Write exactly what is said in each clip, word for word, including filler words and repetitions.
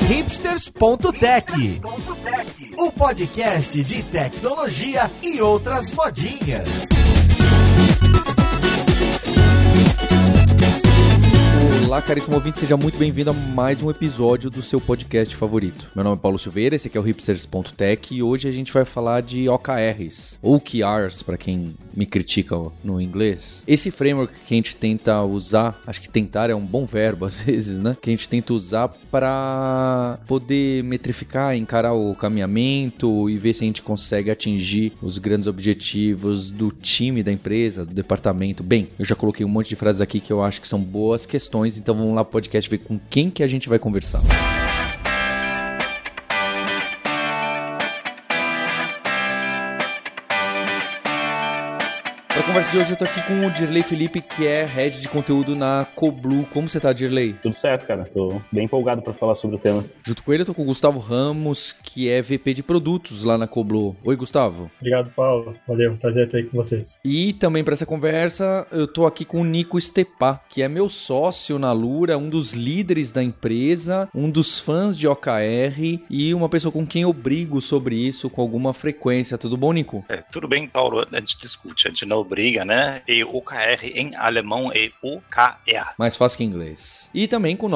hipsters ponto tech, o podcast de tecnologia e outras modinhas. Olá, caríssimo ouvinte, seja muito bem-vindo a mais um episódio do seu podcast favorito. Meu nome é Paulo Silveira, esse aqui é o hipsters ponto tech e hoje a gente vai falar de O K Rs, ou O K Rs, para quem me critica no inglês. Esse framework que a gente tenta usar, acho que tentar é um bom verbo às vezes, né? Que a gente tenta usar para poder metrificar, encarar o caminhamento e ver se a gente consegue atingir os grandes objetivos do time da empresa, do departamento. Bem, eu já coloquei um monte de frases aqui que eu acho que são boas questões, então vamos lá pro podcast ver com quem que a gente vai conversar. Para a conversa de hoje eu tô aqui com o Dirley Felipe, que é head de conteúdo na Coblu. Como você tá, Dirley? Tudo certo, cara. Tô bem empolgado para falar sobre o tema. Junto com ele eu tô com o Gustavo Ramos, que é V P de produtos lá na Coblu. Oi, Gustavo. Obrigado, Paulo. Valeu, prazer estar aí com vocês. E também para essa conversa eu tô aqui com o Nico Stepá, que é meu sócio na Lura, um dos líderes da empresa, um dos fãs de O K R e uma pessoa com quem eu brigo sobre isso com alguma frequência. Tudo bom, Nico? É, tudo bem, Paulo. A gente discute, a gente não briga, né? E O K R em alemão é O K R. Mais fácil que inglês. E também com o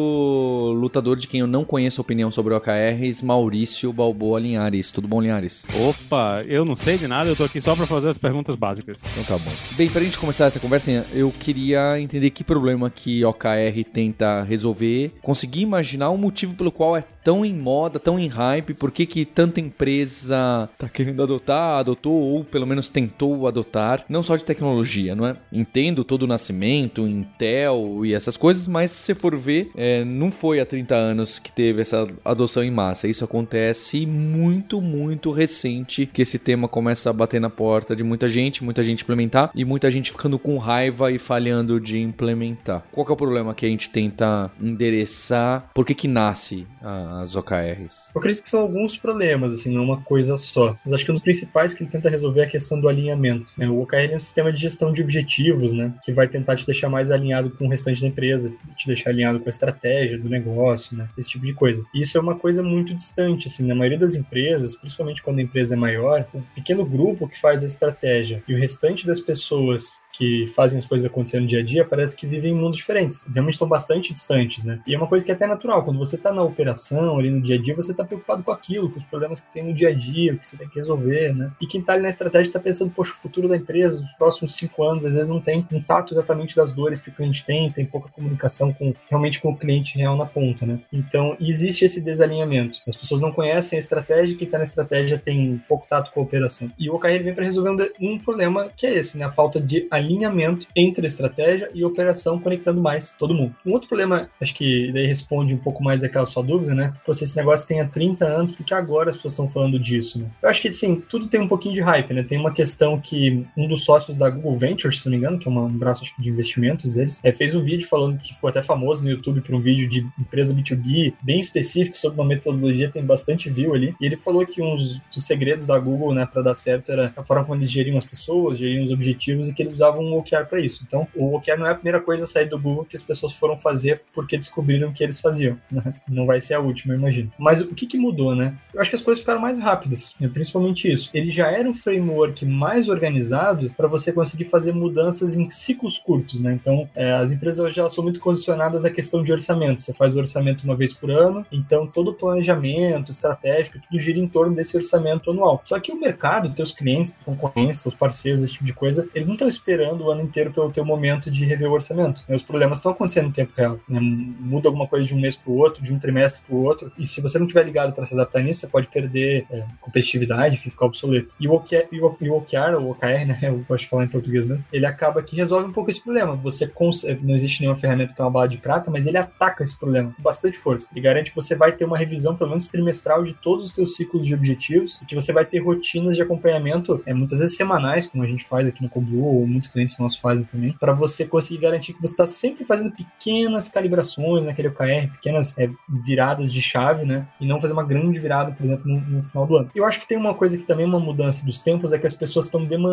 nosso lutador de quem eu não conheço a opinião sobre o O K Rs, Maurício Balboa Linhares. Tudo bom, Linhares? Opa, eu não sei de nada, eu tô aqui só pra fazer as perguntas básicas. Então tá bom. Bem, pra gente começar essa conversa, eu queria entender que problema que O K R tenta resolver, conseguir imaginar o motivo pelo qual é tão em moda, tão em hype, por que que tanta empresa tá querendo adotar, adotou ou pelo menos tentou adotar, não só de tecnologia, não é? Entendo todo o nascimento, Intel e essas coisas, mas se você for ver, é, não foi há trinta anos que teve essa adoção em massa. Isso acontece muito, muito recente, que esse tema começa a bater na porta de muita gente, muita gente implementar e muita gente ficando com raiva e falhando de implementar. Qual que é o problema que a gente tenta endereçar? Por que que nasce as O K Rs? Eu acredito que são alguns problemas, assim, não uma coisa só. Mas acho que um dos principais que ele tenta resolver é a questão do alinhamento, né? O O K R é um sistema de gestão de objetivos, né? Que vai tentar te deixar mais alinhado com o restante da empresa, te deixar alinhado com a estratégia do negócio, né? Esse tipo de coisa. E isso é uma coisa muito distante, assim, na maioria das empresas, principalmente quando a empresa é maior, o pequeno grupo que faz a estratégia e o restante das pessoas que fazem as coisas acontecerem no dia a dia, parece que vivem em mundos diferentes. Eles realmente estão bastante distantes, né? E é uma coisa que é até natural. Quando você está na operação, ali no dia a dia, você está preocupado com aquilo, com os problemas que tem no dia a dia, o que você tem que resolver, né? E quem está ali na estratégia está pensando, poxa, o futuro da empresa, os próximos cinco anos, às vezes não tem contato exatamente das dores que o cliente tem, tem pouca comunicação com, realmente com o cliente real na ponta, né? Então, existe esse desalinhamento. As pessoas não conhecem a estratégia, quem está na estratégia tem pouco tato com a operação. E o O K R vem para resolver um, um problema que é esse, né? A falta de alinhamento entre a estratégia e a operação, conectando mais todo mundo. Um outro problema, acho que daí responde um pouco mais aquela sua dúvida, né? Pô, se esse negócio tem há trinta anos, por que agora as pessoas estão falando disso, né? Eu acho que, assim, tudo tem um pouquinho de hype, né? Tem uma questão que um dos sócios da Google Ventures, se não me engano, que é um braço acho, de investimentos deles, é, fez um vídeo falando que ficou até famoso no YouTube por um vídeo de empresa B dois B, bem específico sobre uma metodologia, tem bastante view ali, e ele falou que um dos segredos da Google, né, para dar certo era a forma como eles geriam as pessoas, geriam os objetivos e que eles usavam um O K R para isso. Então, o O K R não é a primeira coisa a sair do Google que as pessoas foram fazer porque descobriram o que eles faziam, né? Não vai ser a última, eu imagino. Mas o que que mudou, né? Eu acho que as coisas ficaram mais rápidas, né? Principalmente isso. Ele já era um framework mais organizado para você conseguir fazer mudanças em ciclos curtos, né? Então, é, as empresas já são muito condicionadas à questão de orçamento. Você faz o orçamento uma vez por ano, então todo o planejamento estratégico, tudo gira em torno desse orçamento anual. Só que o mercado, teus clientes, concorrentes, seus parceiros, esse tipo de coisa, eles não estão esperando o ano inteiro pelo teu momento de rever o orçamento. Os problemas estão acontecendo em tempo real, né? Muda alguma coisa de um mês para o outro, de um trimestre para o outro, e se você não estiver ligado para se adaptar nisso, você pode perder é, competitividade, ficar obsoleto. E o O K R, o O K R, ou O K R, né? Eu gosto de falar em português mesmo, ele acaba que resolve um pouco esse problema. Você consegue, não existe nenhuma ferramenta que é uma bala de prata, mas ele ataca esse problema com bastante força. E garante que você vai ter uma revisão, pelo menos trimestral, de todos os teus ciclos de objetivos, e que você vai ter rotinas de acompanhamento, é, muitas vezes semanais, como a gente faz aqui no Coblu, ou muitos clientes nossos fazem também, para você conseguir garantir que você está sempre fazendo pequenas calibrações naquele O K R, pequenas é, viradas de chave, né? E não fazer uma grande virada, por exemplo, no, no final do ano. Eu acho que tem uma coisa que também é uma mudança dos tempos, é que as pessoas estão demandando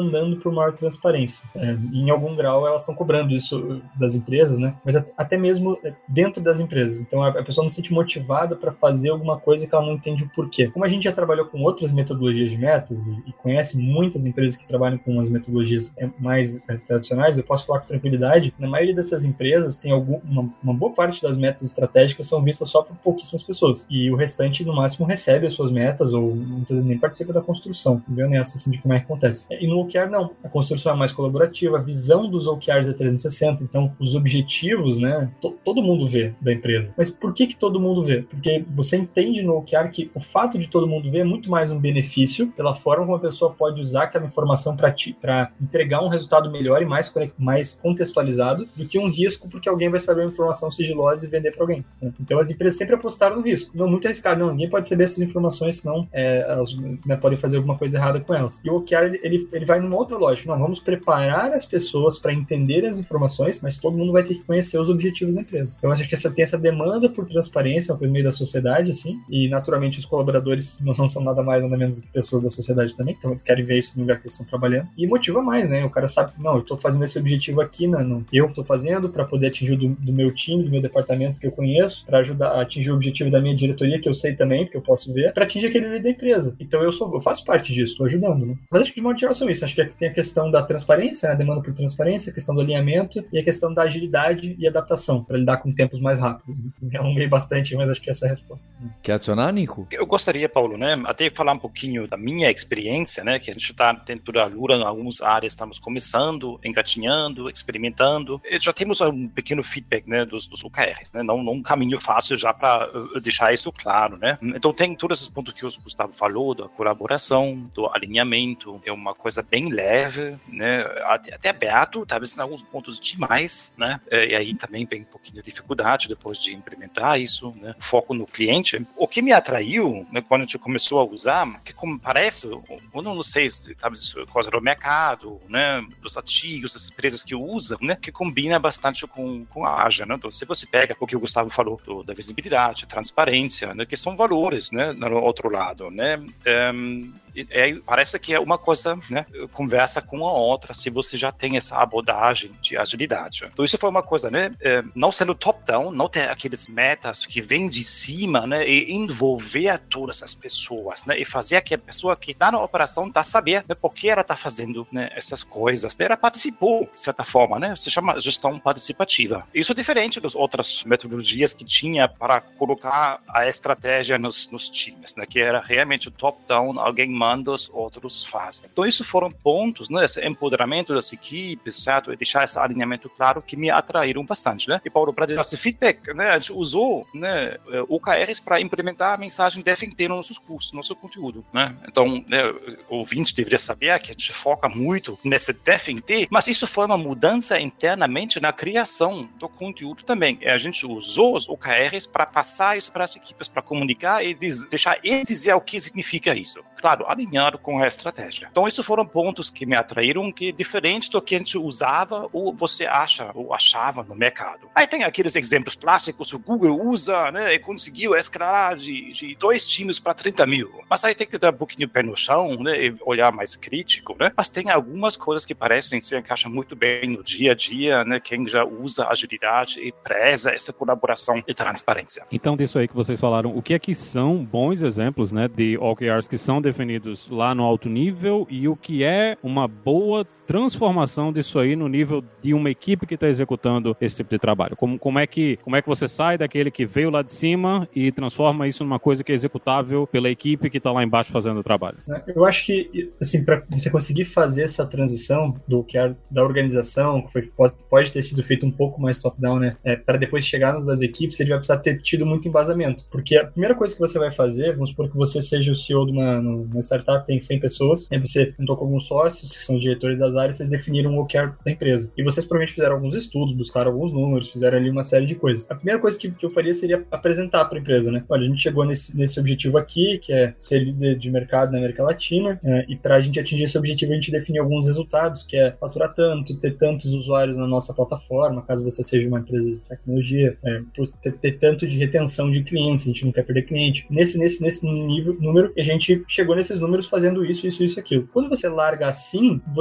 por maior transparência. É, em algum grau, elas estão cobrando isso das empresas, né? Mas até mesmo dentro das empresas. Então, a pessoa não se sente motivada para fazer alguma coisa que ela não entende o porquê. Como a gente já trabalhou com outras metodologias de metas e, e conhece muitas empresas que trabalham com as metodologias mais é, tradicionais, eu posso falar com tranquilidade, na maioria dessas empresas tem algum, uma, uma boa parte das metas estratégicas são vistas só por pouquíssimas pessoas. E o restante, no máximo, recebe as suas metas ou muitas vezes nem participa da construção. Bem honesto, assim, de como é que acontece. E no O K R, não. A construção é mais colaborativa, a visão dos O K Rs é trezentos e sessenta, então os objetivos, né, to, todo mundo vê da empresa. Mas por que que todo mundo vê? Porque você entende no O K R que o fato de todo mundo ver é muito mais um benefício pela forma como a pessoa pode usar aquela informação para para entregar um resultado melhor e mais, mais contextualizado do que um risco porque alguém vai saber uma informação sigilosa e vender para alguém. Né? Então as empresas sempre apostaram no risco. Não muito arriscado, não, ninguém pode saber essas informações, senão é, elas, né, podem fazer alguma coisa errada com elas. E o O K R, ele, ele vai numa outra lógica. Não, vamos preparar as pessoas para entender as informações, mas todo mundo vai ter que conhecer os objetivos da empresa. Então, eu acho que essa, tem essa demanda por transparência por meio da sociedade, assim, e naturalmente os colaboradores não, não são nada mais, nada menos do que pessoas da sociedade também, então eles querem ver isso no lugar que eles estão trabalhando. E motiva mais, né? O cara sabe, não, eu estou fazendo esse objetivo aqui, né, no, eu estou fazendo para poder atingir o do, do meu time, do meu departamento que eu conheço, para ajudar a atingir o objetivo da minha diretoria, que eu sei também, porque eu posso ver, para atingir aquele ali da empresa. Então, eu, sou, eu faço parte disso, estou ajudando, né? Mas acho que de modo geral são isso. Acho que tem a questão da transparência, né? A demanda por transparência, a questão do alinhamento e a questão da agilidade e adaptação, para lidar com tempos mais rápidos. Né? Me alonguei bastante, mas acho que essa é a resposta. Quer adicionar, Nico? Eu gostaria, Paulo, né, até falar um pouquinho da minha experiência, né, que a gente está dentro da Alura, em algumas áreas estamos começando, engatinhando, experimentando. E já temos um pequeno feedback, né, dos, dos O K Rs, né, não, não um caminho fácil já para uh, deixar isso claro, né. Então tem todos esses pontos que o Gustavo falou, da colaboração, do alinhamento, é uma coisa bem leve, né, até, até aberto, talvez em alguns pontos demais, né, e aí também vem um pouquinho de dificuldade depois de implementar isso, né, foco no cliente. O que me atraiu, né, quando a gente começou a usar, que como parece, eu não sei se talvez isso é coisa do mercado, né, dos artigos, das empresas que usam, né, que combina bastante com, com a Ágil, né, então se você pega o que o Gustavo falou, do, da visibilidade, transparência, né, que são valores, né, no outro lado, né, um, É, parece que é uma coisa, né, conversa com a outra se você já tem essa abordagem de agilidade. Então isso foi uma coisa, né, é, não sendo top-down, não ter aqueles metas que vêm de cima, né, e envolver todas as pessoas, né, e fazer aquela pessoa que está na operação tá saber, né, por que ela está fazendo, né, essas coisas, né, ela participou de certa forma, né, se chama gestão participativa. Isso é diferente das outras metodologias que tinha para colocar a estratégia nos, nos times, né, que era realmente top-down, alguém manda, os outros fazem. Então, isso foram pontos, né, esse empoderamento das equipes, certo? E deixar esse alinhamento claro que me atraíram bastante, né? E, Paulo, para dar esse feedback, né, a gente usou, né, O K Rs para implementar a mensagem D F T nos nossos cursos, no nosso conteúdo, né? Então, né, o ouvinte deveria saber que a gente foca muito nesse D F T, mas isso foi uma mudança internamente na criação do conteúdo também. A gente usou os O K Rs para passar isso para as equipes, para comunicar e deixar eles dizer o que significa isso. Claro, alinhado com a estratégia. Então, esses foram pontos que me atraíram, que é diferente do que a gente usava ou você acha ou achava no mercado. Aí tem aqueles exemplos clássicos que o Google usa, né, e conseguiu escalar de, de dois times para trinta mil. Mas aí tem que dar um pouquinho de pé no chão, né, e olhar mais crítico, né? Mas tem algumas coisas que parecem se encaixam muito bem no dia a dia, né, quem já usa agilidade e preza essa colaboração e transparência. Então, disso aí que vocês falaram, o que é que são bons exemplos, né, de O K Rs que são definidos lá no alto nível e o que é uma boa transformação disso aí no nível de uma equipe que está executando esse tipo de trabalho? Como, como, é que, como é que você sai daquele que veio lá de cima e transforma isso numa coisa que é executável pela equipe que está lá embaixo fazendo o trabalho? Eu acho que, assim, para você conseguir fazer essa transição do que é da organização, que foi, pode, pode ter sido feito um pouco mais top-down, né, é, para depois chegar nas equipes, ele vai precisar ter tido muito embasamento. Porque a primeira coisa que você vai fazer, vamos supor que você seja o C E O de uma, uma startup, tem cem pessoas, aí você tentou com alguns sócios, que são os diretores das áreas, vocês definiram o O K R da empresa. E vocês provavelmente fizeram alguns estudos, buscaram alguns números, fizeram ali uma série de coisas. A primeira coisa que, que eu faria seria apresentar para a empresa, né? Olha, a gente chegou nesse, nesse objetivo aqui, que é ser líder de mercado na América Latina, é, e para a gente atingir esse objetivo, a gente definiu alguns resultados, que é faturar tanto, ter tantos usuários na nossa plataforma, caso você seja uma empresa de tecnologia, é, ter, ter tanto de retenção de clientes, a gente não quer perder cliente. Nesse, nesse, nesse nível, número, a gente chegou nesses números fazendo isso, isso, isso, aquilo. Quando você larga assim, você já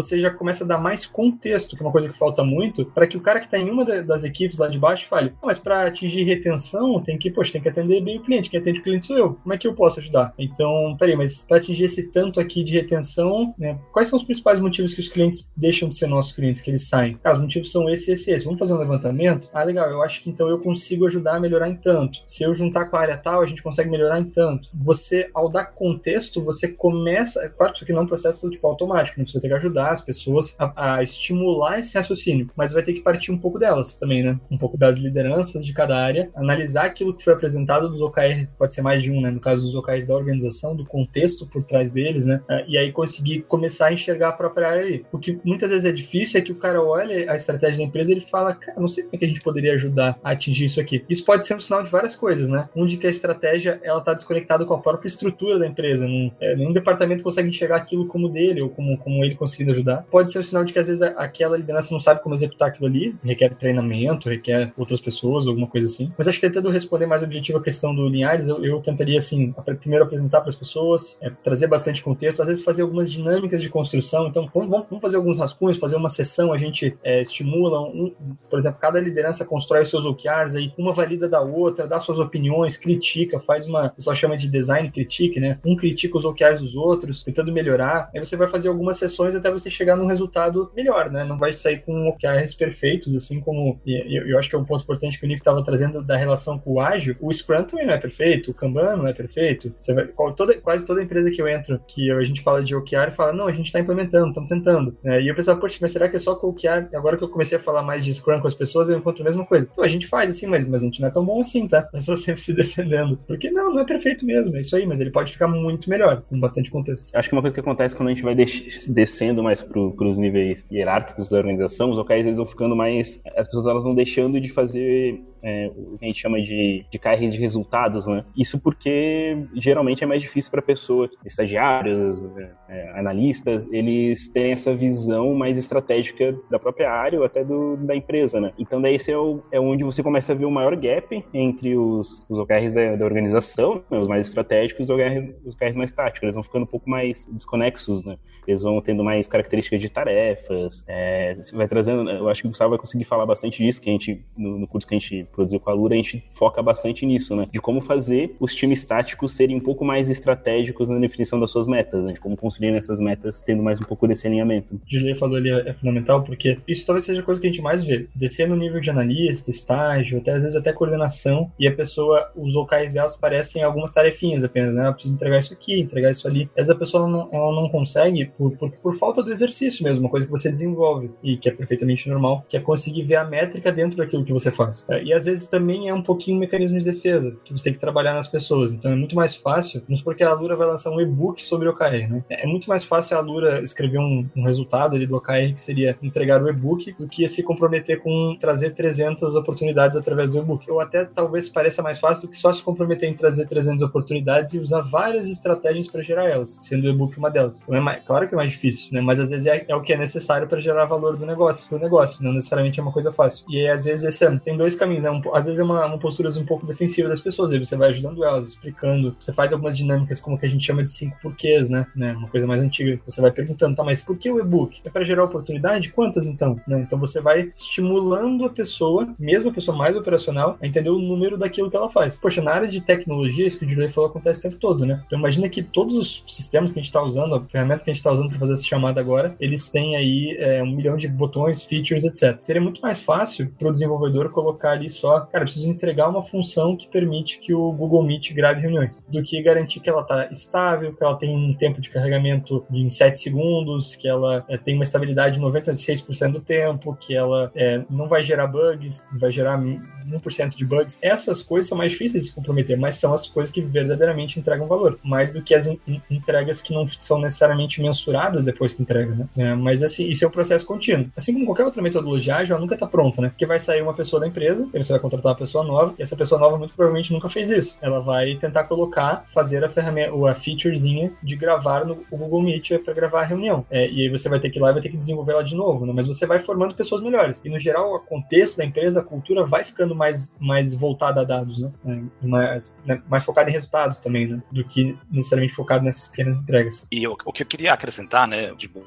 começa a dar mais contexto, que é uma coisa que falta muito, para que o cara que está em uma das equipes lá de baixo fale, ah, mas para atingir retenção, tem que, poxa, tem que atender bem o cliente, quem atende o cliente sou eu, como é que eu posso ajudar? Então, peraí, mas para atingir esse tanto aqui de retenção, né, quais são os principais motivos que os clientes deixam de ser nossos clientes, que eles saem? Ah, os motivos são esse, esse, esse. Vamos fazer um levantamento? Ah, legal, eu acho que então eu consigo ajudar a melhorar em tanto. Se eu juntar com a área tal, a gente consegue melhorar em tanto. Você, ao dar contexto, você começa, é claro que isso aqui não é um processo tipo automático, né? Você vai ter que ajudar as pessoas a, a estimular esse raciocínio, mas vai ter que partir um pouco delas também, né? Um pouco das lideranças de cada área, analisar aquilo que foi apresentado dos O K R, pode ser mais de um, né? No caso dos O K Rs da organização, do contexto por trás deles, né? E aí conseguir começar a enxergar a própria área ali. O que muitas vezes é difícil é que o cara olha a estratégia da empresa e ele fala, cara, não sei como é que a gente poderia ajudar a atingir isso aqui. Isso pode ser um sinal de várias coisas, né? Um de que a estratégia, ela tá desconectada com a própria estrutura da empresa. Não, é, nenhum departamento consegue enxergar aquilo como dele ou como, como ele conseguindo ajudar. Pode ser um sinal de que às vezes aquela liderança não sabe como executar aquilo ali, requer treinamento, requer outras pessoas, alguma coisa assim. Mas acho que tentando responder mais objetivo a questão do Linhares, eu, eu tentaria, assim, primeiro apresentar para as pessoas, é, trazer bastante contexto, às vezes fazer algumas dinâmicas de construção. Então, vamos, vamos fazer alguns rascunhos, fazer uma sessão, a gente é, estimula, um, por exemplo, cada liderança constrói os seus O K Rs, aí uma valida da outra, dá suas opiniões, critica, faz uma, o pessoal chama de design critique, né? Um critica os O K Rs dos outros, tentando melhorar. Aí você vai fazer algumas sessões até você chegar num resultado melhor, né? Não vai sair com O K Rs perfeitos, assim como, e eu, eu acho que é um ponto importante que o Nico estava trazendo da relação com o ágil. O Scrum também não é perfeito, o Kanban não é perfeito. Você vai, toda, quase toda empresa que eu entro, que a gente fala de O K R, fala, não, a gente está implementando, estamos tentando. É, e eu pensava, poxa, mas será que é só com o O K R? Agora que eu comecei a falar mais de Scrum com as pessoas, eu encontro a mesma coisa. Então, a gente faz assim, mas, mas a gente não é tão bom assim, tá? É só sempre se defendendo. Porque não, não é perfeito mesmo, é isso aí, mas ele pode ficar muito melhor, com bastante contexto. Acho que uma coisa que acontece quando a gente vai deix- descendo mais para os níveis hierárquicos da organização, os O K Rs eles vão ficando mais... As pessoas elas vão deixando de fazer é, o que a gente chama de, de K Rs de resultados, né? Isso porque geralmente é mais difícil para pessoas, estagiários, é, analistas, eles terem essa visão mais estratégica da própria área ou até do, da empresa, né? Então daí esse é, o, é onde você começa a ver o maior gap entre os, os O K Rs da, da organização, né, os mais estratégicos, e os O K Rs, os O K Rs mais táticos. Eles vão ficando um pouco mais desconexos, né? Eles vão tendo mais características de tarefas, é, você vai trazendo, eu acho que o Gustavo vai conseguir falar bastante disso, que a gente, no, no curso que a gente produziu com a Lura, a gente foca bastante nisso, né? De como fazer os times táticos serem um pouco mais estratégicos na definição das suas metas, né? De como construir essas metas, tendo mais um pouco desse alinhamento. O Julia falou ali é, é fundamental, porque isso talvez seja a coisa que a gente mais vê. Descer no nível de analista, estágio, até às vezes até coordenação, e a pessoa, os O K Rs delas parecem algumas tarefinhas apenas, né? Ela precisa entregar isso aqui, entregar isso ali. Às vezes a pessoa não, ela não consegue por, por, por falta do exercício mesmo, uma coisa que você desenvolve, e que é perfeitamente normal, que é conseguir ver a métrica dentro daquilo que você faz. E às vezes também é um pouquinho um mecanismo de defesa, que você tem que trabalhar nas pessoas. Então é muito mais fácil, vamos supor que a Lura vai lançar um e-book sobre O K R, né? É muito mais fácil a Lura escrever um, um resultado ali do O K R, que seria entregar o e-book, do que se comprometer com trazer trezentas oportunidades através do e-book. Ou até talvez pareça mais fácil do que só se comprometer em trazer trezentas oportunidades e usar várias estratégias para gerar elas, sendo o e-book uma delas. Então é mais, claro que é mais difícil, né? Mas às vezes é, é o que é necessário para gerar valor do negócio, do negócio, não necessariamente é uma coisa fácil. E aí, às vezes esse, tem dois caminhos, né? Um, às vezes é uma, uma postura um pouco defensiva das pessoas, aí você vai ajudando elas, explicando, você faz algumas dinâmicas como que a gente chama de cinco porquês, né? né? Uma coisa mais antiga, você vai perguntando, tá, mas por que o e-book? É para gerar oportunidade? Quantas então? Né? Então você vai estimulando a pessoa, mesmo a pessoa mais operacional, a entender o número daquilo que ela faz. Poxa, na área de tecnologia, isso que o Julia falou acontece o tempo todo, né? Então imagina que todos os sistemas que a gente está usando, a ferramenta que a gente está usando para fazer essa chamada agora, eles têm aí é, um milhão de botões, features, etcétera. Seria muito mais fácil para o desenvolvedor colocar ali só, cara, eu preciso entregar uma função que permite que o Google Meet grave reuniões, do que garantir que ela está estável, que ela tem um tempo de carregamento de em sete segundos, que ela é, tem uma estabilidade de noventa e seis por cento do tempo, que ela é, não vai gerar bugs, vai gerar um por cento de bugs. Essas coisas são mais difíceis de se comprometer, mas são as coisas que verdadeiramente entregam valor, mais do que as in- entregas que não são necessariamente mensuradas depois que entrega, né? É, mas assim, isso é um processo contínuo. Assim como qualquer outra metodologia ágil, ela nunca está pronta, né? Porque vai sair uma pessoa da empresa, aí você vai contratar uma pessoa nova, e essa pessoa nova muito provavelmente nunca fez isso. Ela vai tentar colocar, fazer a ferramenta, ou a featurezinha de gravar no Google Meet para gravar a reunião. É, e aí você vai ter que ir lá e vai ter que desenvolver ela de novo, né? Mas você vai formando pessoas melhores. E no geral, o contexto da empresa, a cultura vai ficando mais, mais voltada a dados, né? É, mais, né? mais focada em resultados também, né? Do que necessariamente focado nessas pequenas entregas. E o, o que eu queria acrescentar, né, de boas práticas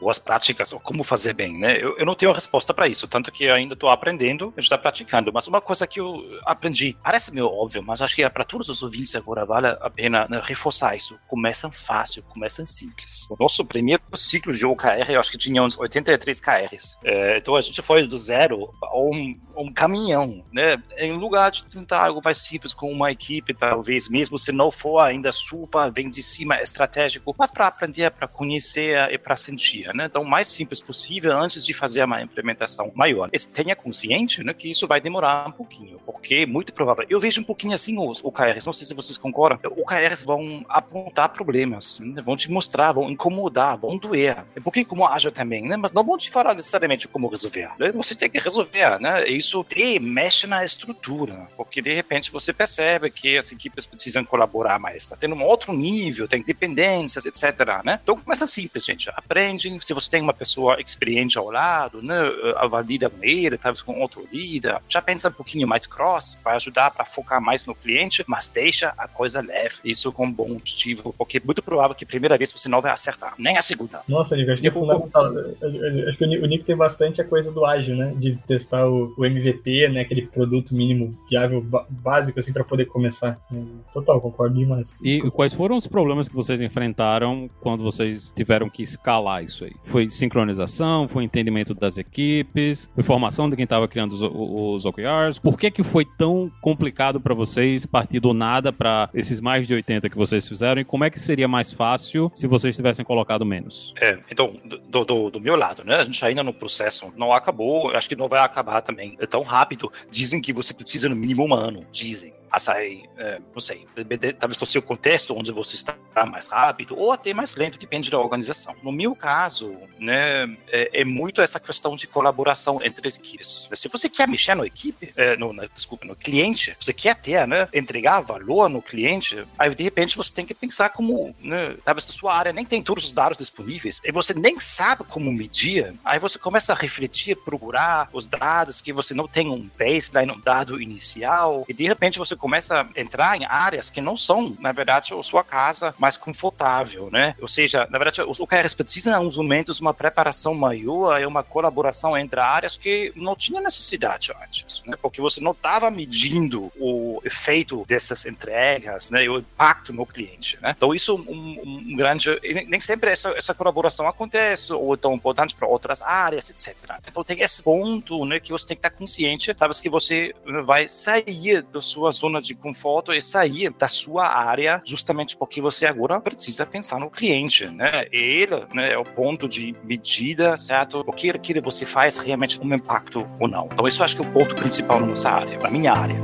práticas, ou como fazer bem, né? Eu, eu não tenho resposta para isso, tanto que eu ainda estou aprendendo, a gente está praticando. Mas uma coisa que eu aprendi, parece meio óbvio, mas acho que é para todos os ouvintes agora vale a pena, né, reforçar isso. Começam fácil, começam simples. O nosso primeiro ciclo de O K R, eu acho que tinha uns oitenta e três K Rs. É, então a gente foi do zero a um, um caminhão, né? Em lugar de tentar algo mais simples com uma equipe, talvez, mesmo se não for ainda super, vem de cima, estratégico, mas para aprender, para conhecer e para sentir, né? Então, o mais simples possível antes de fazer uma implementação maior. E tenha consciente, né, que isso vai demorar um pouquinho, porque é muito provável. Eu vejo um pouquinho assim os O K Rs, não sei se vocês concordam, O K Rs vão apontar problemas, né? Vão te mostrar, vão incomodar, vão doer. É um pouquinho como Agile também, né? Mas não vão te falar necessariamente como resolver. Né? Você tem que resolver, né? Isso te mexe na estrutura, porque de repente você percebe que as equipes precisam colaborar mais, está tendo um outro nível, tem dependências, etcétera. Né? Então começa simples, gente. Aprende, se você tem uma pessoa experiente ao lado, né? Avalida com ele, talvez com outro líder, já pensa um pouquinho mais cross, vai ajudar para focar mais no cliente, mas deixa a coisa leve, isso com um bom objetivo, porque é muito provável que a primeira vez você não vai acertar, nem a segunda. Nossa, Nico, acho que é fundamental. Acho que o Nico tem bastante a coisa do ágil, né? De testar o, o M V P, né? Aquele produto mínimo viável básico, assim, para poder começar. Total, concordo demais. E Desculpa. Quais foram os problemas que vocês enfrentaram quando vocês tiveram que escalar isso aí? Foi sincronização? Foi entendimento das equipes? Foi formação de quem estava criando os, os O K Rs? Por que que foi tão complicado para vocês partir do nada para esses mais de oitenta que vocês fizeram? E como é que seria mais fácil se vocês tivessem colocado menos? É, então, do, do, do meu lado, né? A gente ainda no processo não acabou, acho que não vai acabar também. É tão rápido. Dizem que você precisa no mínimo um ano. Dizem. Açaí, é, não sei, talvez no seu contexto onde você está mais rápido ou até mais lento, depende da organização. No meu caso, né, é, é muito essa questão de colaboração entre as equipes. Se você quer mexer na equipe, é, no, na, desculpa, no cliente, você quer ter, né, entregar valor no cliente, aí de repente você tem que pensar como, né, talvez na sua área nem tem todos os dados disponíveis e você nem sabe como medir, aí você começa a refletir, procurar os dados que você não tem um baseline, um dado inicial e de repente você começa a entrar em áreas que não são, na verdade, a sua casa mais confortável, né? Ou seja, na verdade, os O K Rs precisam, em alguns momentos, uma preparação maior e uma colaboração entre áreas que não tinha necessidade antes, né? Porque você não estava medindo o efeito dessas entregas, né? E o impacto no cliente, né? Então, isso é um, um grande... Nem sempre essa, essa colaboração acontece, ou é tão importante para outras áreas, etcétera. Então, tem esse ponto, né, que você tem que estar consciente, sabe, que você vai sair da sua zona de conforto e sair da sua área justamente porque você agora precisa pensar no cliente, né? Ele, né, é o ponto de medida, certo? O que, que você faz realmente um impacto ou não. Então, isso eu acho que é o ponto principal na nossa área, na minha área.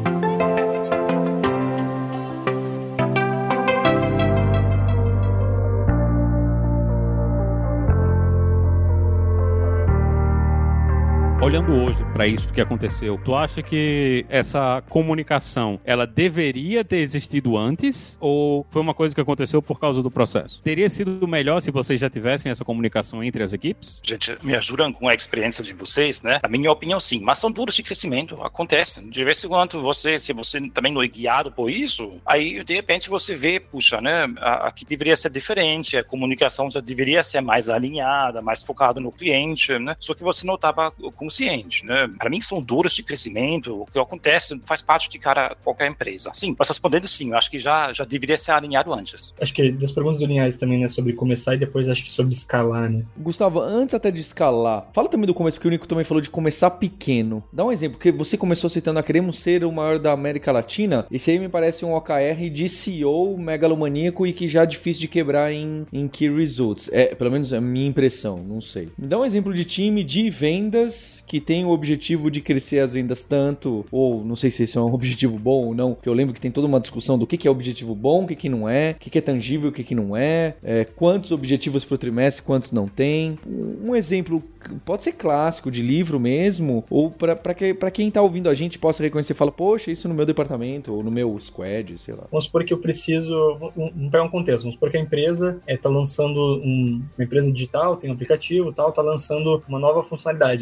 Olhando hoje para isso que aconteceu, tu acha que essa comunicação, ela deveria ter existido antes ou foi uma coisa que aconteceu por causa do processo? Teria sido melhor se vocês já tivessem essa comunicação entre as equipes? Gente, me ajudam com a experiência de vocês, né? Na minha opinião, sim, mas são duros de crescimento, acontecem. De vez em quando você, se você também não é guiado por isso, aí de repente você vê, puxa, né? Aqui deveria ser diferente, a comunicação já deveria ser mais alinhada, mais focada no cliente, né? Só que você não estava com consciente, né? Para mim são dores de crescimento, o que acontece faz parte de cara qualquer empresa. Sim, mas respondendo sim, eu acho que já, já deveria ser alinhado antes. Acho que das perguntas do Linhares também, né, sobre começar e depois acho que sobre escalar, né? Gustavo, antes até de escalar, fala também do começo, porque o Nico também falou de começar pequeno. Dá um exemplo, porque você começou citando a queremos ser o maior da América Latina, esse aí me parece um O K R de C E O megalomaníaco e que já é difícil de quebrar em, em Key Results. É, pelo menos é a minha impressão, não sei. Me dá um exemplo de time de vendas que tem o objetivo de crescer as vendas tanto, ou não sei se esse é um objetivo bom ou não, que eu lembro que tem toda uma discussão do que, que é objetivo bom, o que, que não é, o que, que é tangível, o que, que não é, é quantos objetivos para o trimestre, quantos não tem. Um exemplo pode ser clássico, de livro mesmo, ou para que, quem está ouvindo a gente possa reconhecer e falar, poxa, isso no meu departamento, ou no meu squad, sei lá. Vamos supor que eu preciso, vamos pegar um contexto, vamos supor que a empresa está é, lançando, um, uma empresa digital, tem um aplicativo e tal, está lançando uma nova funcionalidade, né? E aí ela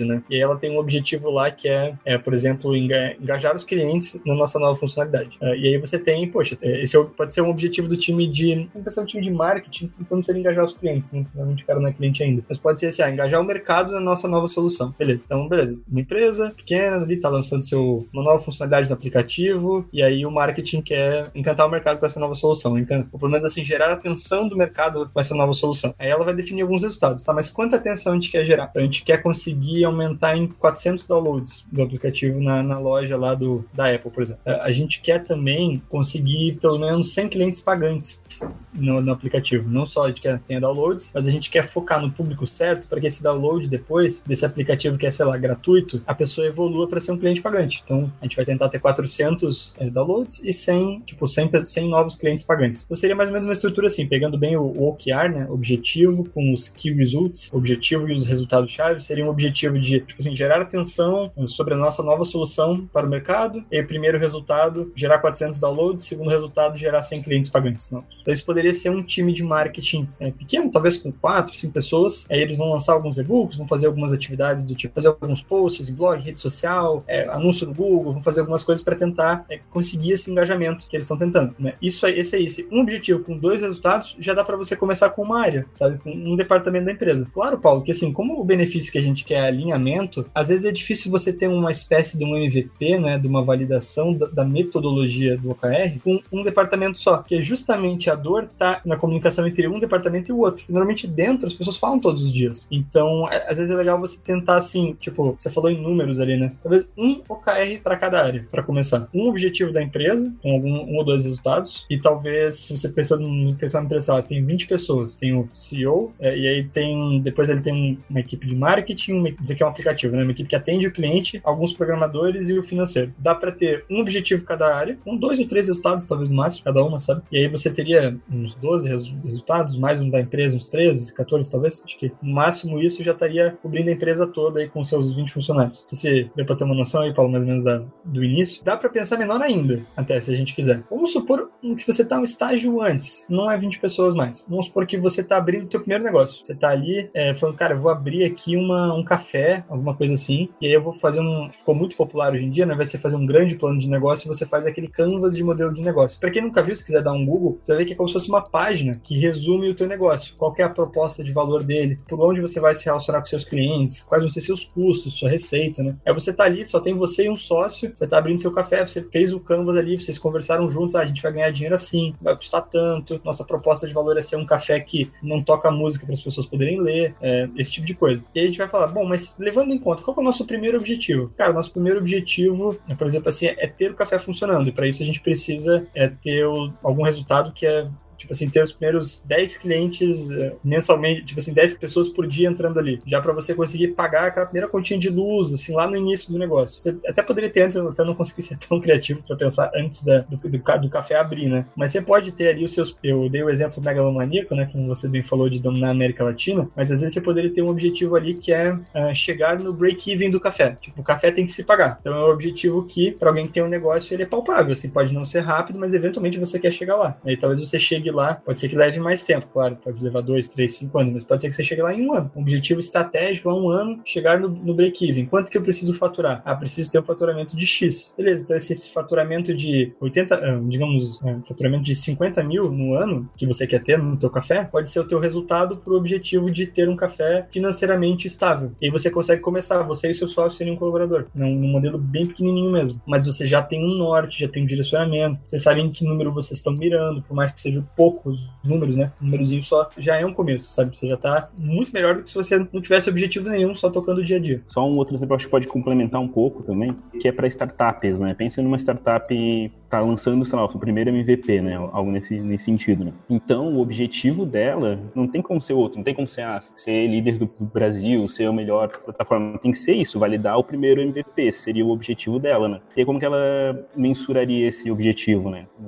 ela tem um objetivo lá que é, é por exemplo, engajar os clientes na nossa nova funcionalidade. Uh, e aí você tem, poxa, esse pode ser um objetivo do time de, vamos pensar no time de marketing, tentando ser engajar os clientes, né? Realmente o cara não é cliente ainda. Mas pode ser assim, ah, engajar o mercado na nossa nova solução. Beleza, então beleza. Uma empresa pequena ali tá lançando seu, uma nova funcionalidade no aplicativo, e aí o marketing quer encantar o mercado com essa nova solução. Encanta, ou pelo menos assim, gerar a atenção do mercado com essa nova solução. Aí ela vai definir alguns resultados, tá? Mas quanta atenção a gente quer gerar? A gente quer conseguir aumentar em quatrocentos downloads do aplicativo na, na loja lá do, da Apple, por exemplo. A gente quer também conseguir pelo menos cem clientes pagantes no, no aplicativo. Não só a gente quer tenha downloads, mas a gente quer focar no público certo para que esse download depois desse aplicativo que é, sei lá, gratuito, a pessoa evolua para ser um cliente pagante. Então, a gente vai tentar ter quatrocentos é, downloads e cem, tipo, cem, cem novos clientes pagantes. Então, seria mais ou menos uma estrutura assim, pegando bem o, o O K R, né, objetivo com os Key Results, objetivo e os resultados-chave, seria um objetivo de, tipo assim, gerar atenção sobre a nossa nova solução para o mercado, e primeiro resultado, gerar quatrocentos downloads, segundo resultado, gerar cem clientes pagantes. Não. Então, isso poderia ser um time de marketing é, pequeno, talvez com quatro, cinco pessoas, aí eles vão lançar alguns e-books, vão fazer algumas atividades do tipo, fazer alguns posts em blog, rede social, é, anúncio no Google, vão fazer algumas coisas para tentar é, conseguir esse engajamento que eles estão tentando. Né? Isso é, esse é esse. Um objetivo com dois resultados, já dá para você começar com uma área, sabe? Com um departamento da empresa. Claro, Paulo, que assim, como o benefício que a gente quer é alinhamento, às vezes é difícil você ter uma espécie de um M V P, né, de uma validação da, da metodologia do O K R com um departamento só, que justamente a dor tá na comunicação entre um departamento e o outro. Normalmente dentro as pessoas falam todos os dias. Então, às vezes é legal você tentar assim, tipo, você falou em números ali, né? Talvez um O K R para cada área, para começar. Um objetivo da empresa, com algum, um ou dois resultados, e talvez, se você pensar em pensar na empresa, lá, tem vinte pessoas, tem o C E O, é, e aí tem, depois ele tem uma equipe de marketing, uma, isso aqui é um aplicativo, né? Uma equipe que atende o cliente, alguns programadores e o financeiro. Dá para ter um objetivo cada área, com dois ou três resultados, talvez no máximo, cada uma, sabe? E aí você teria uns doze resu- resultados, mais um da empresa, uns treze, quatorze talvez, acho que no máximo isso já estaria cobrindo a empresa toda aí com seus vinte funcionários. Se você deu para ter uma noção aí, Paulo, mais ou menos da, do início, dá para pensar menor ainda, até se a gente quiser. Vamos supor que você tá um estágio antes, não é vinte pessoas mais. Vamos supor que você tá abrindo o teu primeiro negócio. Você tá ali é, falando, cara, eu vou abrir aqui uma, um café, alguma coisa assim, e aí eu vou fazer um... Ficou muito popular hoje em dia, né? Vai ser fazer um grande plano de negócio e você faz aquele canvas de modelo de negócio. Para quem nunca viu, se quiser dar um Google, você vai ver que é como se fosse uma página que resume o teu negócio. Qual que é a proposta de valor dele, por onde você vai se relacionar com seus clientes, quais vão ser seus custos, sua receita, né? Aí você tá ali, só tem você e um sócio, você tá abrindo seu café, você fez o canvas ali, vocês conversaram juntos, ah, a gente vai ganhar dinheiro assim, vai custar tanto, nossa proposta de valor é ser um café que não toca música para as pessoas poderem ler, é, esse tipo de coisa. E aí a gente vai falar, bom, mas levando em conta, qual que é o nosso primeiro objetivo? Cara, o nosso primeiro objetivo, por exemplo, assim, é ter o café funcionando, e para isso a gente precisa é, ter o, algum resultado que é tipo assim, ter os primeiros dez clientes uh, mensalmente, tipo assim, dez pessoas por dia entrando ali, já para você conseguir pagar aquela primeira continha de luz, assim, lá no início do negócio. Você até poderia ter antes, eu até não consegui ser tão criativo para pensar antes da, do, do, do café abrir, né? Mas você pode ter ali os seus, eu dei o exemplo megalomaníaco, né, como você bem falou, de dominar a América Latina, mas às vezes você poderia ter um objetivo ali que é uh, chegar no break-even do café. Tipo, o café tem que se pagar. Então é um objetivo que, para alguém que tem um negócio, ele é palpável, assim, pode não ser rápido, mas eventualmente você quer chegar lá. Aí talvez você chegue lá, pode ser que leve mais tempo, claro, pode levar dois, três, cinco anos, mas pode ser que você chegue lá em um ano. Um objetivo estratégico há um ano, chegar no, no break-even. Quanto que eu preciso faturar? Ah, preciso ter um faturamento de X. Beleza, então esse, esse faturamento de oitenta, digamos, um faturamento de cinquenta mil no ano, que você quer ter no teu café, pode ser o teu resultado para o objetivo de ter um café financeiramente estável. E aí você consegue começar, você e seu sócio serem um colaborador, num, num modelo bem pequenininho mesmo. Mas você já tem um norte, já tem um direcionamento, vocês sabem em que número vocês estão mirando, por mais que sejam poucos números, né? Um númerozinho só já é um começo, sabe? Você já tá muito melhor do que se você não tivesse objetivo nenhum, só tocando o dia a dia. Só um outro exemplo, acho que pode complementar um pouco também, que é para startups, né? Pensa numa startup tá lançando, sei lá, o seu primeiro M V P, né? Algo nesse, nesse sentido, né? Então, o objetivo dela não tem como ser outro, não tem como ser, ah, ser líder do Brasil, ser a melhor plataforma. Tem que ser isso, validar o primeiro M V P, seria o objetivo dela, né? E aí, como que ela mensuraria esse objetivo, né? No primeiro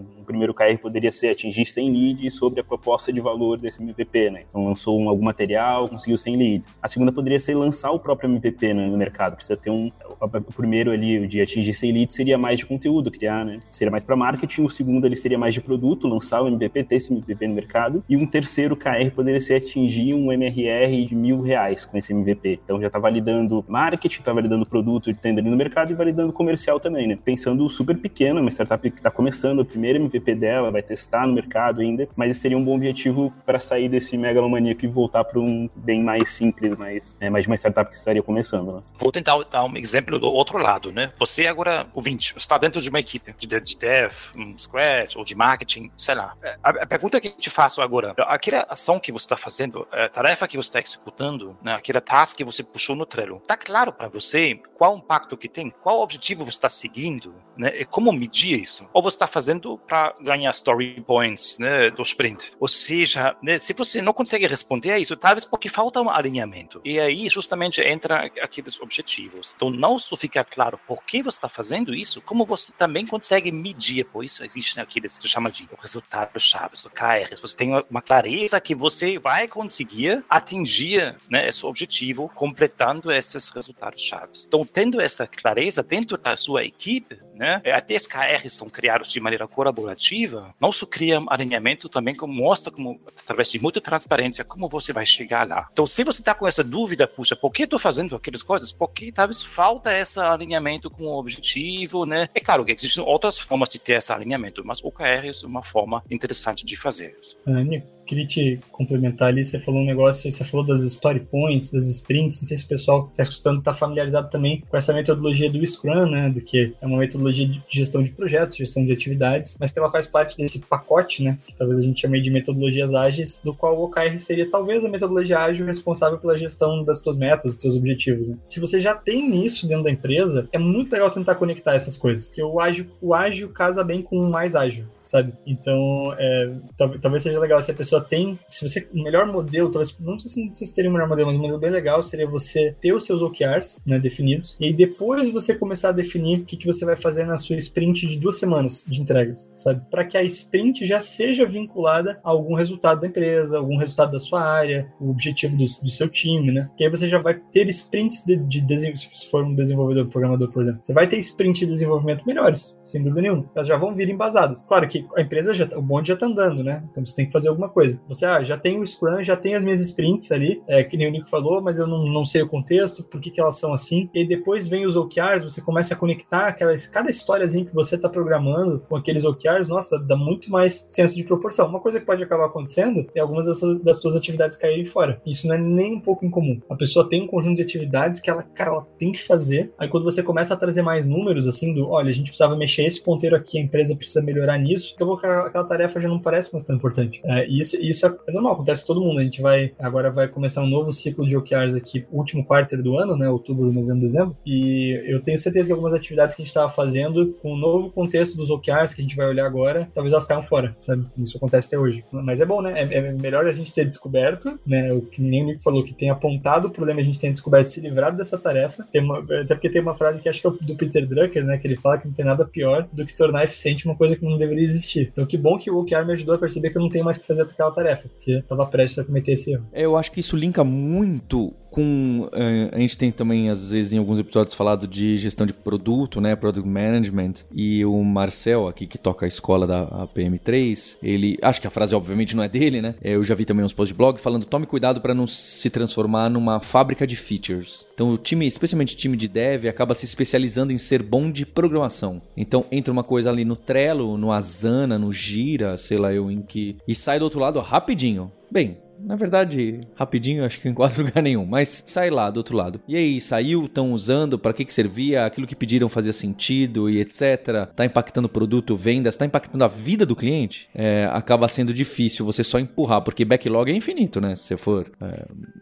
primeiro K R poderia ser atingir cem leads sobre a proposta de valor desse M V P, né? Então lançou um, algum material, conseguiu cem leads. A segunda poderia ser lançar o próprio M V P no, no mercado. Precisa ter um... O primeiro ali, de atingir cem leads, seria mais de conteúdo, criar, né? Seria mais para marketing. O segundo ali seria mais de produto, lançar o M V P, ter esse M V P no mercado. E um terceiro K R poderia ser atingir um M R R de mil reais com esse M V P. Então já tá validando marketing, tá validando produto de tenda ali no mercado e validando comercial também, né? Pensando super pequeno, uma startup que tá começando, o primeiro M V P dela, vai testar no mercado ainda, mas esse seria um bom objetivo para sair desse megalomaníaco e voltar para um bem mais simples, mais, é, mais de uma startup que estaria começando, né? Vou tentar dar um exemplo do outro lado, né? Você agora, ouvinte, está dentro de uma equipe de, de dev, um Scratch ou de marketing, sei lá. A, a pergunta que eu te faço agora, aquela ação que você está fazendo, a tarefa que você está executando, né, aquela task que você puxou no Trello, está claro para você qual o impacto que tem, qual o objetivo você está seguindo, né? E como medir isso? Ou você está fazendo para ganhar story points, né, do sprint? Ou seja, né, se você não consegue responder a isso, talvez porque falta um alinhamento. E aí justamente entra aqueles objetivos. Então não só fica claro por que você está fazendo isso, como você também consegue medir. Por isso existem aqueles que se chama de resultados-chave, o K R. Você tem uma clareza que você vai conseguir atingir, né, esse objetivo completando esses resultados-chave. Então, tendo essa clareza dentro da sua equipe, né, até os K Rs são criados de maneira colaborativa, não só cria um alinhamento, também como mostra, como, através de muita transparência, como você vai chegar lá. Então, se você está com essa dúvida, puxa, por que estou fazendo aquelas coisas? Porque talvez falta esse alinhamento com o objetivo, né? É claro que existem outras formas de ter esse alinhamento, mas o K R é uma forma interessante de fazer isso. Ah, Nico, queria te complementar ali, você falou um negócio, você falou das story points, das sprints, não sei se o pessoal que está escutando está familiarizado também com essa metodologia do Scrum, né, do que é uma metodologia de gestão de projetos, gestão de atividades, mas que ela faz parte desse pacote, né, que talvez a gente chame de metodologias ágeis, do qual o O K R seria talvez a metodologia ágil responsável pela gestão das tuas metas, dos teus objetivos, né. Se você já tem isso dentro da empresa, é muito legal tentar conectar essas coisas, porque o ágil, o ágil casa bem com o mais ágil, sabe? Então, é, talvez seja legal se a pessoa tem, se você, o melhor modelo, talvez, não sei se, não sei se teria o melhor modelo, mas um modelo bem legal seria você ter os seus O K Rs, né, definidos, e aí depois você começar a definir o que, que você vai fazer na sua sprint de duas semanas de entregas, sabe? Para que a sprint já seja vinculada a algum resultado da empresa, algum resultado da sua área, o objetivo do, do seu time, né? Que aí você já vai ter sprints de, de desenvolvimento, se for um desenvolvedor, programador, por exemplo, você vai ter sprints de desenvolvimento melhores, sem dúvida nenhuma. Elas já vão vir embasadas. Claro que a empresa já, o bonde já tá andando, né? Então você tem que fazer alguma coisa. Você, ah, já tem o Scrum, já tem as minhas sprints ali, é, que nem o Nico falou, mas eu não, não sei o contexto, por que, que elas são assim. E depois vem os O K Rs, você começa a conectar aquelas, cada historiazinha que você tá programando com aqueles O K Rs, nossa, dá muito mais senso de proporção. Uma coisa que pode acabar acontecendo é algumas das suas, das suas atividades caírem fora. Isso não é nem um pouco incomum. A pessoa tem um conjunto de atividades que ela, cara, ela tem que fazer. Aí quando você começa a trazer mais números, assim, do, olha, a gente precisava mexer esse ponteiro aqui, a empresa precisa melhorar nisso, então aquela, aquela tarefa já não parece mais tão importante. É, e isso, isso é normal, acontece com todo mundo. A gente vai, agora vai começar um novo ciclo de O K Rs aqui, último quarto do ano, né, outubro, novembro, dezembro, e eu tenho certeza que algumas atividades que a gente estava fazendo, com o novo contexto dos O K Rs que a gente vai olhar agora, talvez elas caiam fora, sabe? Isso acontece até hoje. Mas é bom, né? É, é melhor a gente ter descoberto, né, o que nem o Nico falou, que tem apontado o problema, a gente tem descoberto se livrado dessa tarefa, tem uma, até porque tem uma frase que acho que é do Peter Drucker, né, que ele fala que não tem nada pior do que tornar eficiente uma coisa que não deveria existir. Então que bom que o O K R me ajudou a perceber que eu não tenho mais que fazer aquela tarefa, porque eu estava prestes a cometer esse erro. Eu acho que isso linka muito com... A gente tem também, às vezes, em alguns episódios falado de gestão de produto, né? Product Management. E o Marcel, aqui, que toca a escola da P M três, ele... Acho que a frase, obviamente, não é dele, né? Eu já vi também uns posts de blog falando: tome cuidado para não se transformar numa fábrica de features. Então, o time, especialmente o time de dev, acaba se especializando em ser bom de programação. Então, entra uma coisa ali no Trello, no Asana, no Gira, sei lá eu em que... E sai do outro lado rapidinho. Bem... Na verdade, rapidinho, acho que em quase lugar nenhum, mas sai lá do outro lado. E aí, saiu, estão usando, para que que servia, aquilo que pediram fazia sentido e etcétera. Tá impactando o produto, vendas, tá impactando a vida do cliente? É, acaba sendo difícil você só empurrar, porque backlog é infinito, né? Se você for é,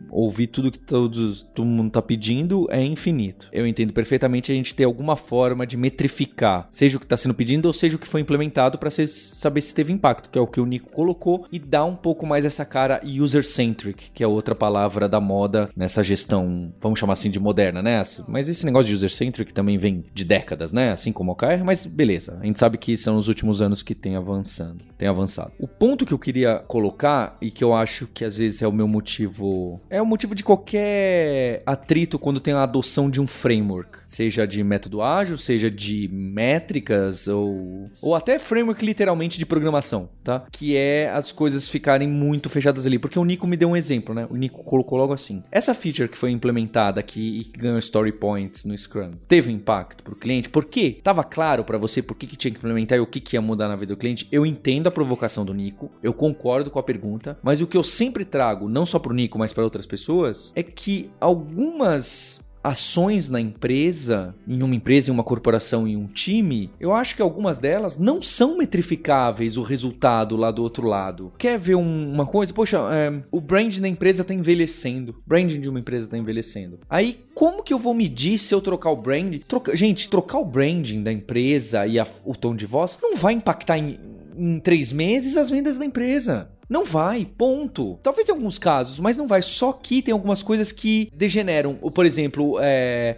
ouvir tudo que todos, todo mundo tá pedindo é infinito. Eu entendo perfeitamente a gente ter alguma forma de metrificar, seja o que está sendo pedido ou seja o que foi implementado para saber se teve impacto, que é o que o Nico colocou, e dar um pouco mais essa cara user-centric, que é outra palavra da moda nessa gestão, vamos chamar assim de moderna, né? Mas esse negócio de user-centric também vem de décadas, né? Assim como o O K R, mas beleza. A gente sabe que são os últimos anos que tem avançando, tem avançado. O ponto que eu queria colocar, e que eu acho que às vezes é o meu motivo, é o motivo de qualquer atrito quando tem a adoção de um framework, seja de método ágil, seja de métricas, ou, ou até framework literalmente de programação, tá? Que é as coisas ficarem muito fechadas ali. Porque o Nico me deu um exemplo, né? O Nico colocou logo assim. Essa feature que foi implementada aqui e que ganhou story points no Scrum, teve impacto pro cliente? Por quê? Tava claro pra você por que, que tinha que implementar e o que, que ia mudar na vida do cliente? Eu entendo a provocação do Nico, eu concordo com a pergunta, mas o que eu sempre trago, não só pro Nico, mas para outras pessoas, é que algumas ações na empresa, em uma empresa, em uma corporação, em um time, eu acho que algumas delas não são metrificáveis o resultado lá do outro lado. Quer ver um, uma coisa? Poxa, é, o branding da empresa tá envelhecendo. O branding de uma empresa tá envelhecendo. Aí, como que eu vou medir se eu trocar o branding? Troca... Gente, trocar o branding da empresa e a, o tom de voz não vai impactar em, em três meses as vendas da empresa. Não vai, ponto. Talvez em alguns casos, mas não vai. Só que tem algumas coisas que degeneram. Por exemplo, é,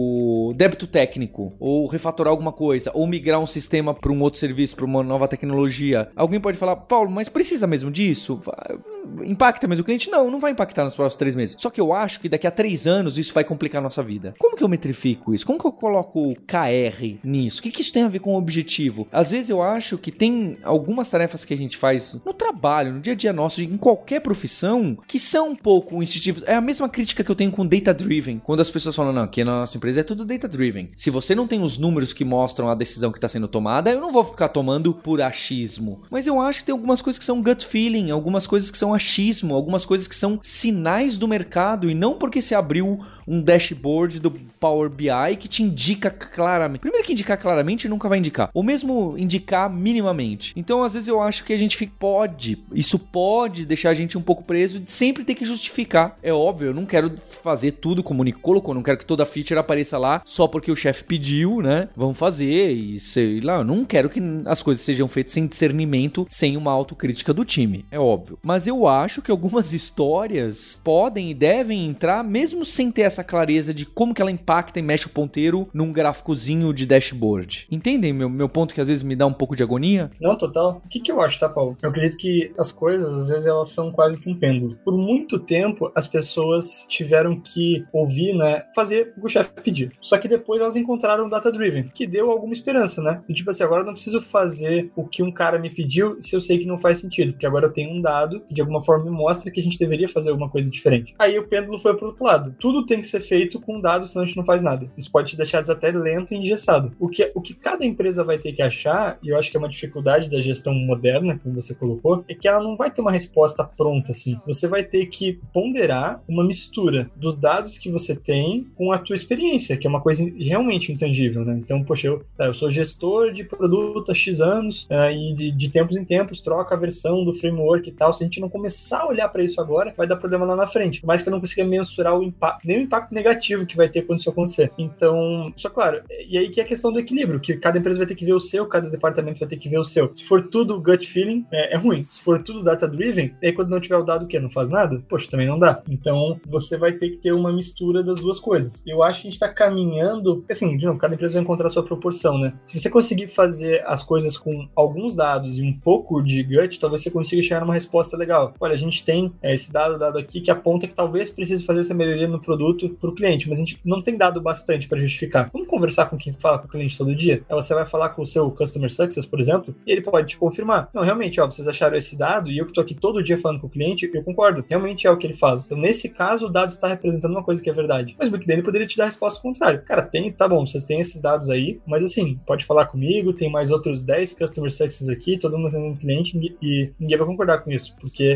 o débito técnico, ou refatorar alguma coisa, ou migrar um sistema para um outro serviço, para uma nova tecnologia. Alguém pode falar, Paulo, mas precisa mesmo disso? Impacta mesmo o cliente? Não, não vai impactar nos próximos três meses. Só que eu acho que daqui a três anos isso vai complicar a nossa vida. Como que eu metrifico isso? Como que eu coloco K R nisso? O que, que isso tem a ver com o objetivo? Às vezes eu acho que tem algumas tarefas que a gente faz no trabalho, no dia a dia nosso, em qualquer profissão, que são um pouco instintivos. É a mesma crítica que eu tenho com data-driven. Quando as pessoas falam, não, aqui na nossa empresa é tudo data-driven. Se você não tem os números que mostram a decisão que está sendo tomada, eu não vou ficar tomando por achismo. Mas eu acho que tem algumas coisas que são gut feeling, algumas coisas que são achismo, algumas coisas que são sinais do mercado, e não porque se abriu um dashboard do Power B I que te indica claramente. Primeiro que indicar claramente nunca vai indicar, ou mesmo indicar minimamente. Então às vezes eu acho que a gente pode, isso pode deixar a gente um pouco preso de sempre ter que justificar. É óbvio, eu não quero fazer tudo como o Nico colocou, não quero que toda feature apareça lá só porque o chefe pediu, né? Vamos fazer e sei lá, eu não quero que as coisas sejam feitas sem discernimento, sem uma autocrítica do time, é óbvio. Mas eu acho que algumas histórias podem e devem entrar mesmo sem ter essa clareza de como que ela impacta e mexe o ponteiro num gráficozinho de dashboard. Entendem meu, meu ponto que às vezes me dá um pouco de agonia? Não, total. O que que eu acho, tá, Paulo? Eu acredito que as coisas, às vezes, elas são quase que um pêndulo. Por muito tempo, as pessoas tiveram que ouvir, né, fazer o que o chefe pediu. Só que depois elas encontraram o data-driven, que deu alguma esperança, né? E, tipo assim, agora eu não preciso fazer o que um cara me pediu se eu sei que não faz sentido, porque agora eu tenho um dado que de alguma forma me mostra que a gente deveria fazer alguma coisa diferente. Aí o pêndulo foi pro outro lado. Tudo tem que ser feito com dados, senão a gente não faz nada. Isso pode te deixar até lento e engessado. O que, o que cada empresa vai ter que achar, e eu acho que é uma dificuldade da gestão moderna, como você colocou, é que ela não vai ter uma resposta pronta, assim. Você vai ter que ponderar uma mistura dos dados que você tem com a tua experiência, que é uma coisa realmente intangível, né? Então, poxa, eu, tá, eu sou gestor de produto há X anos, uh, e de, de tempos em tempos troca a versão do framework e tal. Se a gente não começar a olhar para isso agora, vai dar problema lá na frente. Mas que eu não consiga mensurar o impacto, nem o impacto negativo que vai ter quando isso acontecer. Então, só claro, e aí que é a questão do equilíbrio, que cada empresa vai ter que ver o seu, cada departamento vai ter que ver o seu. Se for tudo gut feeling, é, é ruim. Se for tudo data-driven, aí quando não tiver o dado, o quê? Não faz nada? Poxa, também não dá. Então, você vai ter que ter uma mistura das duas coisas. Eu acho que a gente tá caminhando, assim, de novo, cada empresa vai encontrar a sua proporção, né? Se você conseguir fazer as coisas com alguns dados e um pouco de gut, talvez você consiga chegar numa resposta legal. Olha, a gente tem é, esse dado, dado aqui, que aponta que talvez precise fazer essa melhoria no produto pro cliente, mas a gente não tem dado bastante para justificar. Vamos conversar com quem fala com o cliente todo dia? Aí você vai falar com o seu Customer Success, por exemplo, e ele pode te confirmar. Não, realmente, ó, vocês acharam esse dado e eu que tô aqui todo dia falando com o cliente, eu concordo. Realmente é o que ele fala. Então, nesse caso, o dado está representando uma coisa que é verdade. Mas muito bem, ele poderia te dar a resposta contrária. Cara, tem, tá bom, vocês têm esses dados aí, mas assim, pode falar comigo, tem mais outros dez Customer Success aqui, todo mundo atendendo cliente e ninguém vai concordar com isso, porque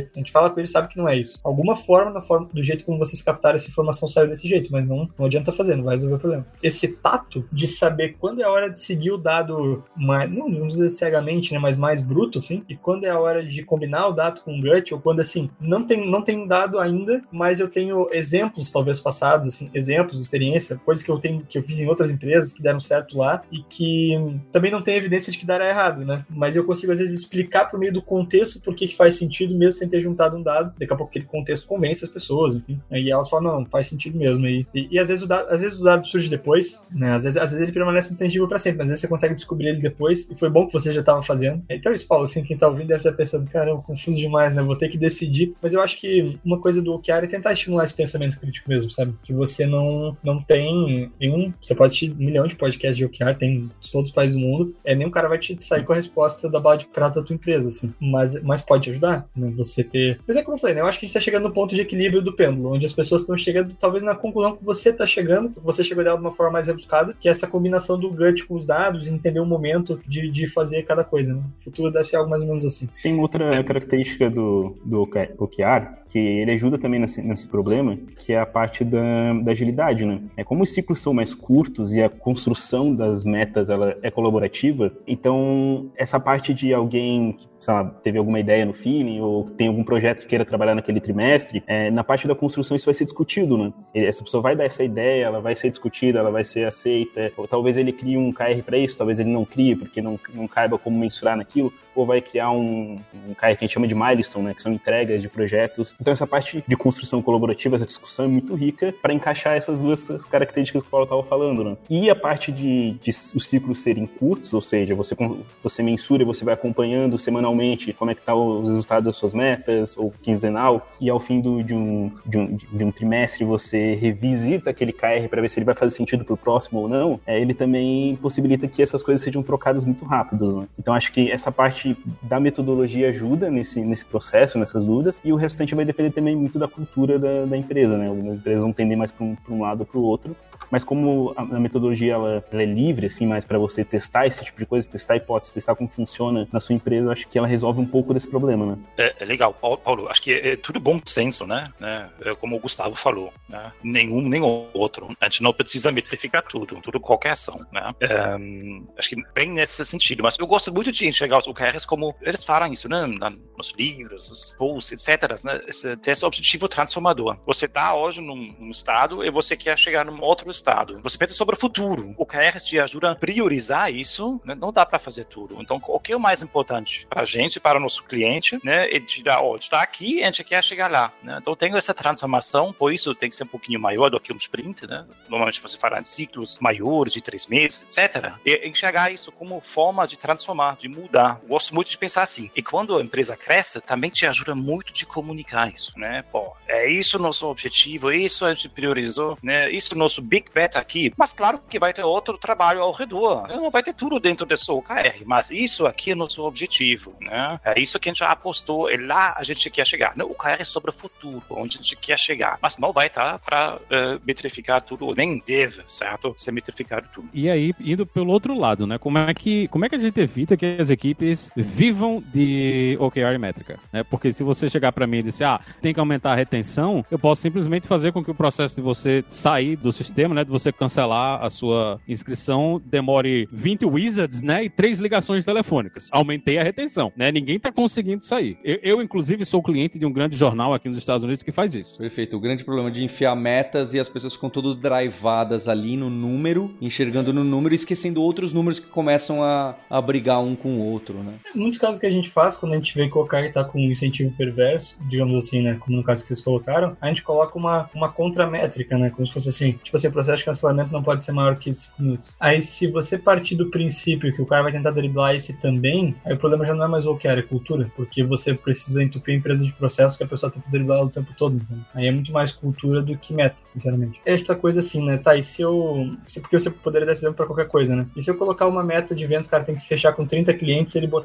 porque a gente fala com ele e sabe que não é isso. Alguma forma, da forma, do jeito como vocês captaram essa informação saiu desse jeito, mas não, não adianta fazer, não vai resolver o problema. Esse tato de saber quando é a hora de seguir o dado, mais, não vamos dizer cegamente, né, mas mais bruto, assim, e quando é a hora de combinar o dado com o gut, ou quando, assim, não tem, não tem um dado ainda, mas eu tenho exemplos, talvez passados, assim, exemplos, experiência, coisas que eu tenho, que eu fiz em outras empresas que deram certo lá e que também não tem evidência de que dará errado, né? Mas eu consigo, às vezes, explicar por meio do contexto por que que faz sentido, mesmo sem ter juntado um dado. Daqui a pouco aquele contexto convence as pessoas, enfim. E elas falam, não, faz sentido mesmo. E, e, e às, vezes o dado, às vezes o dado surge depois, né? Às vezes, às vezes ele permanece intangível para sempre, mas às vezes você consegue descobrir ele depois, e foi bom que você já estava fazendo. Então isso, Paulo, assim, quem tá ouvindo deve estar pensando, caramba, confuso demais, né? Vou ter que decidir. Mas eu acho que uma coisa do O K R é tentar estimular esse pensamento crítico mesmo, sabe? Que você não, não tem nenhum... Você pode assistir um milhão de podcasts de O K R, tem de todos os países do mundo, é, nenhum cara vai te sair com a resposta da bala de prata da tua empresa, assim. Mas, mas pode te ajudar, né? Você ter... Mas é como eu falei, né? Eu acho que a gente tá chegando no ponto de equilíbrio do pêndulo, onde as pessoas estão chegando, talvez, na conclusão que você tá chegando, você chegou dela de uma forma mais rebuscada, que é essa combinação do gut com os dados e entender o momento de, de fazer cada coisa, né? O futuro deve ser algo mais ou menos assim. Tem outra característica do, do O K R, que ele ajuda também nesse, nesse problema, que é a parte da, da agilidade, né? É como os ciclos são mais curtos e a construção das metas ela é colaborativa, então essa parte de alguém que, sei lá, teve alguma ideia no feeling ou tem algum projeto que queira trabalhar naquele trimestre, é, na parte da construção isso vai ser discutido, né? Essa pessoa vai dar essa ideia, ela vai ser discutida, ela vai ser aceita, ou talvez ele crie um K R para isso, talvez ele não crie porque não, não caiba como mensurar naquilo, ou vai criar um, um K R que a gente chama de milestone, né, que são entregas de projetos. Então essa parte de construção colaborativa, essa discussão é muito rica para encaixar essas duas características que o Paulo estava falando, né? E a parte de, de os ciclos serem curtos, ou seja, você, você mensura e você vai acompanhando semanalmente como é que tá os resultados das suas metas, ou quinzenal, e ao fim do, de, um, de, um, de um trimestre você revisita aquele K R para ver se ele vai fazer sentido pro próximo ou não, é, ele também possibilita que essas coisas sejam trocadas muito rápido, né? Então acho que essa parte da metodologia ajuda nesse, nesse processo, nessas dúvidas, e o restante vai depender também muito da cultura da, da empresa, né? Algumas empresas vão tender mais para um, um lado ou para o outro, mas como a, a metodologia ela, ela é livre, assim, mais para você testar esse tipo de coisa, testar hipóteses, testar como funciona na sua empresa, eu acho que ela resolve um pouco desse problema, né? É, é legal, Paulo, acho que é, é tudo bom senso, né? né? É como o Gustavo falou, né? Nenhum, nem outro. A gente não precisa metrificar tudo, tudo qualquer ação, né? É, acho que bem nesse sentido, mas eu gosto muito de enxergar os O K Rs como, eles falam isso, né? Nos livros, nos posts, etcétera, né? Esse, ter esse objetivo transformador. Você está hoje num, num estado e você quer chegar num outro estado. Você pensa sobre o futuro. O O K R te ajuda a priorizar isso, né? Não dá para fazer tudo. Então, o que é o mais importante para a gente, para o nosso cliente, né? Ele te dá, ó, está aqui e a gente quer chegar lá, né? Então, tem essa transformação, por isso tem que ser um pouquinho maior do que um sprint, né? Normalmente você fala em ciclos maiores, de três meses, etcétera. E enxergar isso como forma de transformar, de mudar. Eu gosto muito de pensar assim. E quando a empresa cresce, também te ajuda muito de comunicar isso, né? Pô, é isso o nosso objetivo, isso a gente priorizou, né? Isso é o nosso big bet aqui. Mas claro que vai ter outro trabalho ao redor. Não vai ter tudo dentro desse O K R, mas isso aqui é o nosso objetivo, né? É isso que a gente já apostou, e lá a gente quer chegar. O K R é sobre o futuro, onde a gente quer chegar. Mas não vai estar para uh, metrificar tudo, nem deve, certo? Ser metrificado tudo. E aí, indo pelo outro lado, né? Como é que, como é que a gente evita que as equipes vivam de O K R métrica, né? Porque se você chegar para mim e disser, ah, tem que aumentar a retenção, eu posso simplesmente fazer com que o processo de você sair do sistema, né? De você cancelar a sua inscrição demore vinte wizards, né? E três ligações telefônicas. Aumentei a retenção, né? Ninguém tá conseguindo sair. Eu, eu, inclusive, sou cliente de um grande jornal aqui nos Estados Unidos que faz isso. Perfeito. O grande problema de enfiar metas e as pessoas ficam todas drivadas ali no número, enxergando no número e esquecendo outros números que começam a, a brigar um com o outro, né? Em muitos casos que a gente faz, quando a gente vê que o O K R tá com um incentivo perverso, digamos assim, né? Como no caso que vocês colocaram, a gente coloca uma, uma contramétrica, né? Como se fosse assim, tipo assim, o processo de cancelamento não pode ser maior que cinco minutos. Aí, se você partir do princípio que o cara vai tentar driblar esse também, aí o problema já não é mais o O K R, é cultura, porque você precisa entupir a empresa de processo que a pessoa tenta driblar o tempo todo, então. Aí é muito mais cultura do que meta, sinceramente. É essa coisa assim, né? Tá, e se eu... Porque você poderia dar esse exemplo pra qualquer coisa, né? E se eu colocar uma meta de vendas, o cara tem que fechar com trinta clientes e ele botar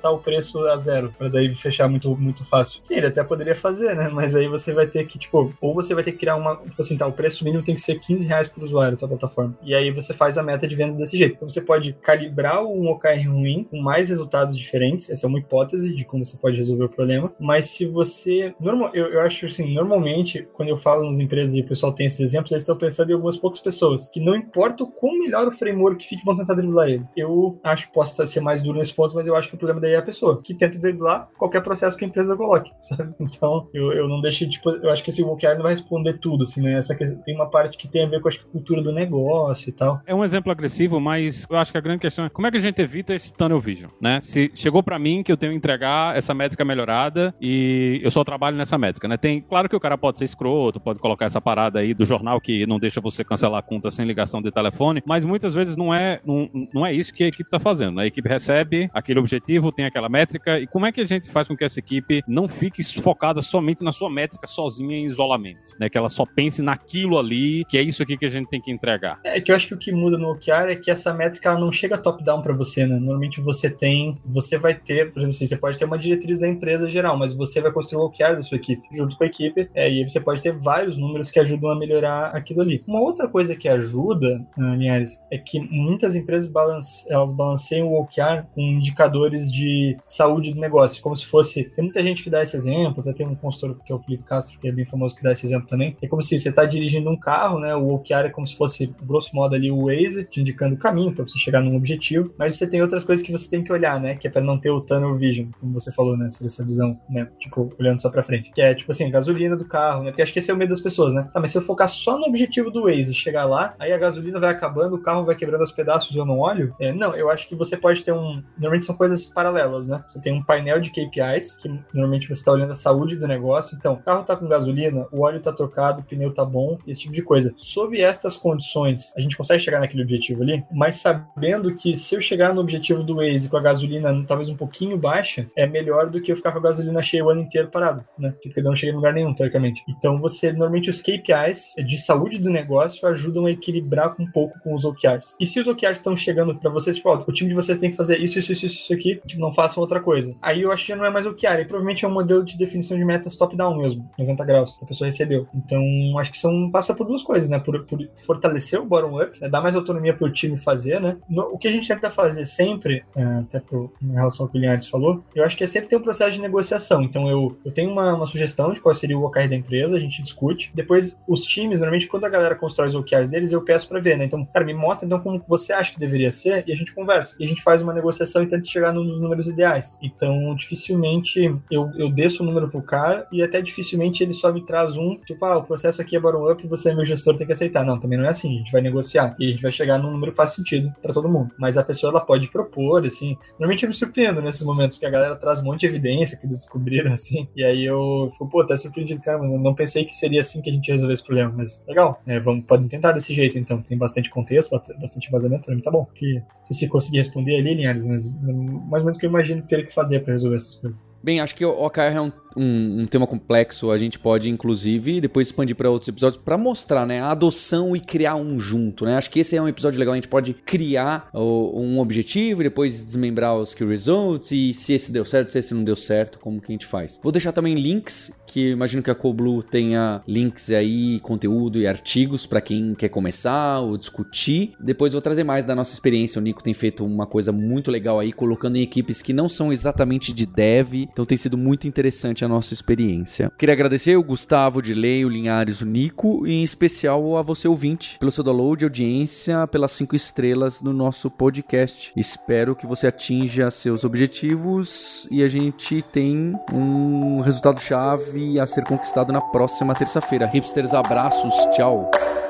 botar o preço a zero, pra daí fechar muito, muito fácil. Sim, ele até poderia fazer, né? Mas aí você vai ter que, tipo, ou você vai ter que criar uma, tipo assim, tá, o preço mínimo tem que ser quinze reais por usuário da plataforma. E aí você faz a meta de vendas desse jeito. Então você pode calibrar um O K R ruim com mais resultados diferentes. Essa é uma hipótese de como você pode resolver o problema. Mas se você... Normal, eu, eu acho assim, normalmente, quando eu falo nas empresas e o pessoal tem esses exemplos, eles estão pensando em algumas poucas pessoas, que não importa o quão melhor o framework fique, vão tentar driblar ele. Eu acho que posso ser mais duro nesse ponto, mas eu acho que o problema daí é a pessoa, que tenta driblar qualquer processo que a empresa coloque, sabe? Então, eu, eu não deixo, tipo, eu acho que esse O K R não vai responder tudo, assim, né? Essa, tem uma parte que tem a ver com, acho que, a cultura do negócio e tal. É um exemplo agressivo, mas eu acho que a grande questão é como é que a gente evita esse tunnel vision, né? Se chegou pra mim que eu tenho que entregar essa métrica melhorada e eu só trabalho nessa métrica, né? Tem, claro que o cara pode ser escroto, pode colocar essa parada aí do jornal que não deixa você cancelar a conta sem ligação de telefone, mas muitas vezes não é, não, não é isso que a equipe tá fazendo, né? A equipe recebe aquele objetivo, tem aquela métrica, e como é que a gente faz com que essa equipe não fique focada somente na sua métrica sozinha em isolamento, né? Que ela só pense naquilo ali, que é isso aqui que a gente tem que entregar. É que eu acho que o que muda no O K R é que essa métrica ela não chega top-down para você, né? Normalmente você tem, você vai ter, por exemplo, assim, você pode ter uma diretriz da empresa geral, mas você vai construir o O K R da sua equipe, junto com a equipe, é, e aí você pode ter vários números que ajudam a melhorar aquilo ali. Uma outra coisa que ajuda, uh, Linhares, é que muitas empresas balance, elas balanceiam o O K R com indicadores de saúde do negócio, como se fosse, tem muita gente que dá esse exemplo, até tem um consultor que é o Felipe Castro, que é bem famoso, que dá esse exemplo também, é como se você está dirigindo um carro, né, o O K R é como se fosse, grosso modo ali, o Waze, te indicando o caminho para você chegar num objetivo, mas você tem outras coisas que você tem que olhar, né, que é para não ter o tunnel vision, como você falou, né, essa visão, né, tipo, olhando só para frente, que é, tipo assim, gasolina do carro, né, porque acho que esse é o medo das pessoas, né, ah, mas se eu focar só no objetivo do Waze, chegar lá, aí a gasolina vai acabando, o carro vai quebrando aos pedaços e eu não olho, é, não, eu acho que você pode ter um, normalmente são coisas paralelas, né, você tem um painel de K P Is, que normalmente você está olhando a saúde do negócio, então, o carro tá com gasolina, o óleo tá trocado, o pneu tá bom, esse tipo de coisa. Sob estas condições, a gente consegue chegar naquele objetivo ali, mas sabendo que se eu chegar no objetivo do Waze com a gasolina talvez um pouquinho baixa, é melhor do que eu ficar com a gasolina cheia o ano inteiro parado, né? Porque eu não cheguei em lugar nenhum, teoricamente. Então, você, normalmente, os K P Is de saúde do negócio ajudam a equilibrar um pouco com os O K Rs. E se os O K Rs estão chegando pra vocês, tipo, ó, o time de vocês tem que fazer isso, isso, isso, isso aqui, tipo, não façam outra coisa. Aí eu acho que já não é mais O K R, e provavelmente é um modelo de definição de metas top-down mesmo, noventa graus, que a pessoa recebeu. Então, acho que são, passa por duas coisas, né? Por, por fortalecer o bottom-up, né? Dar mais autonomia pro time fazer, né? No, o que a gente tenta fazer sempre, é, até pro, em relação ao que o Linhares falou, eu acho que é sempre ter um processo de negociação. Então, eu, eu tenho uma, uma sugestão de qual seria o O K R da empresa, a gente discute. Depois, os times, normalmente, quando a galera constrói os O K Rs deles, eu peço pra ver, né? Então, cara, me mostra então como você acha que deveria ser e a gente conversa. E a gente faz uma negociação e tenta chegar nos números ideais. Então, dificilmente eu, eu desço o número pro cara e até dificilmente ele só me traz um, tipo, ah, o processo aqui é bottom-up e você, meu gestor, tem que aceitar. Não, também não é assim. A gente vai negociar e a gente vai chegar num número que faz sentido pra todo mundo. Mas a pessoa, ela pode propor, assim. Normalmente eu me surpreendo nesses momentos, porque a galera traz um monte de evidência que eles descobriram, assim. E aí eu fico, pô, tá surpreendido, cara, eu não pensei que seria assim que a gente ia resolver esse problema. Mas legal, é, vamos, podem tentar desse jeito, então. Tem bastante contexto, bastante vazamento, pra mim tá bom. Porque se você conseguir responder ali, Linhares, mas mais ou menos o que eu imagino que teria que fazer pra resolver essas coisas. Bem, acho que o O K R é um, um, um tema complexo, a gente pode, inclusive, depois expandir para outros episódios para mostrar, né, a adoção e criar um junto, né? Acho que esse é um episódio legal, a gente pode criar o, um objetivo e depois desmembrar os key results e se esse deu certo, se esse não deu certo, como que a gente faz. Vou deixar também links, que imagino que a Coblue tenha links aí, conteúdo e artigos para quem quer começar ou discutir. Depois vou trazer mais da nossa experiência, o Nico tem feito uma coisa muito legal aí, colocando em equipes que não são exatamente de dev, então tem sido muito interessante a nossa experiência. Queria agradecer o Gustavo, o Dilei, o Linhares, o Nico e em especial a você ouvinte, pelo seu download, audiência, pelas cinco estrelas no nosso podcast. Espero que você atinja seus objetivos e a gente tem um resultado chave a ser conquistado na próxima terça-feira. Hipsters, abraços, tchau!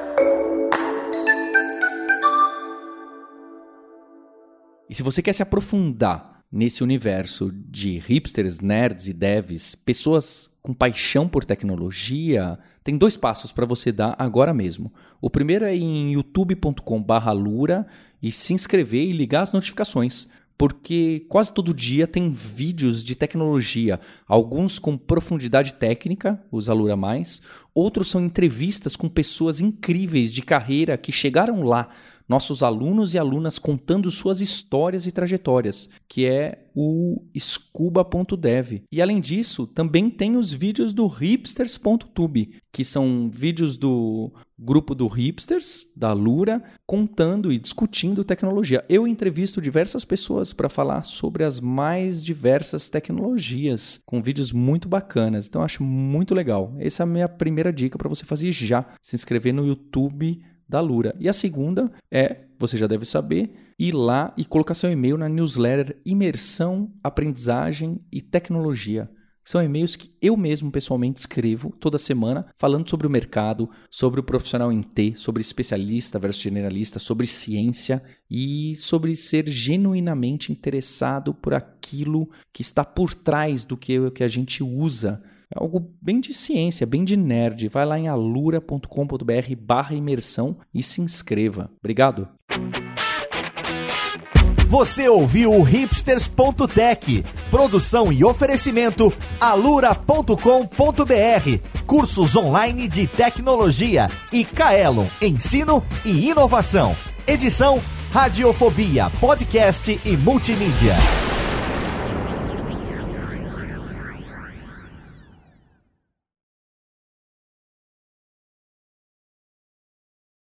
E se você quer se aprofundar nesse universo de hipsters, nerds e devs, pessoas com paixão por tecnologia, tem dois passos para você dar agora mesmo. O primeiro é ir em youtube ponto com barra lura e se inscrever e ligar as notificações, porque quase todo dia tem vídeos de tecnologia, alguns com profundidade técnica, os Alura Mais, outros são entrevistas com pessoas incríveis de carreira que chegaram lá nossos alunos e alunas contando suas histórias e trajetórias, que é o scuba ponto dev. E além disso, também tem os vídeos do hipsters ponto tube, que são vídeos do grupo do Hipsters, da Alura, contando e discutindo tecnologia. Eu entrevisto diversas pessoas para falar sobre as mais diversas tecnologias, com vídeos muito bacanas. Então, eu acho muito legal. Essa é a minha primeira dica para você fazer já. Se inscrever no YouTube da Alura. E a segunda é, você já deve saber, ir lá e colocar seu e-mail na newsletter Imersão, Aprendizagem e Tecnologia. São e-mails que eu mesmo pessoalmente escrevo toda semana, falando sobre o mercado, sobre o profissional em T, sobre especialista versus generalista, sobre ciência e sobre ser genuinamente interessado por aquilo que está por trás do que, que a gente usa. É algo bem de ciência, bem de nerd. Vai lá em alura ponto com ponto br barra imersão e se inscreva. Obrigado! Você ouviu o hipsters ponto tech, produção e oferecimento alura ponto com ponto br, cursos online de tecnologia e Kaelon, ensino e inovação. Edição Radiofobia, podcast e multimídia.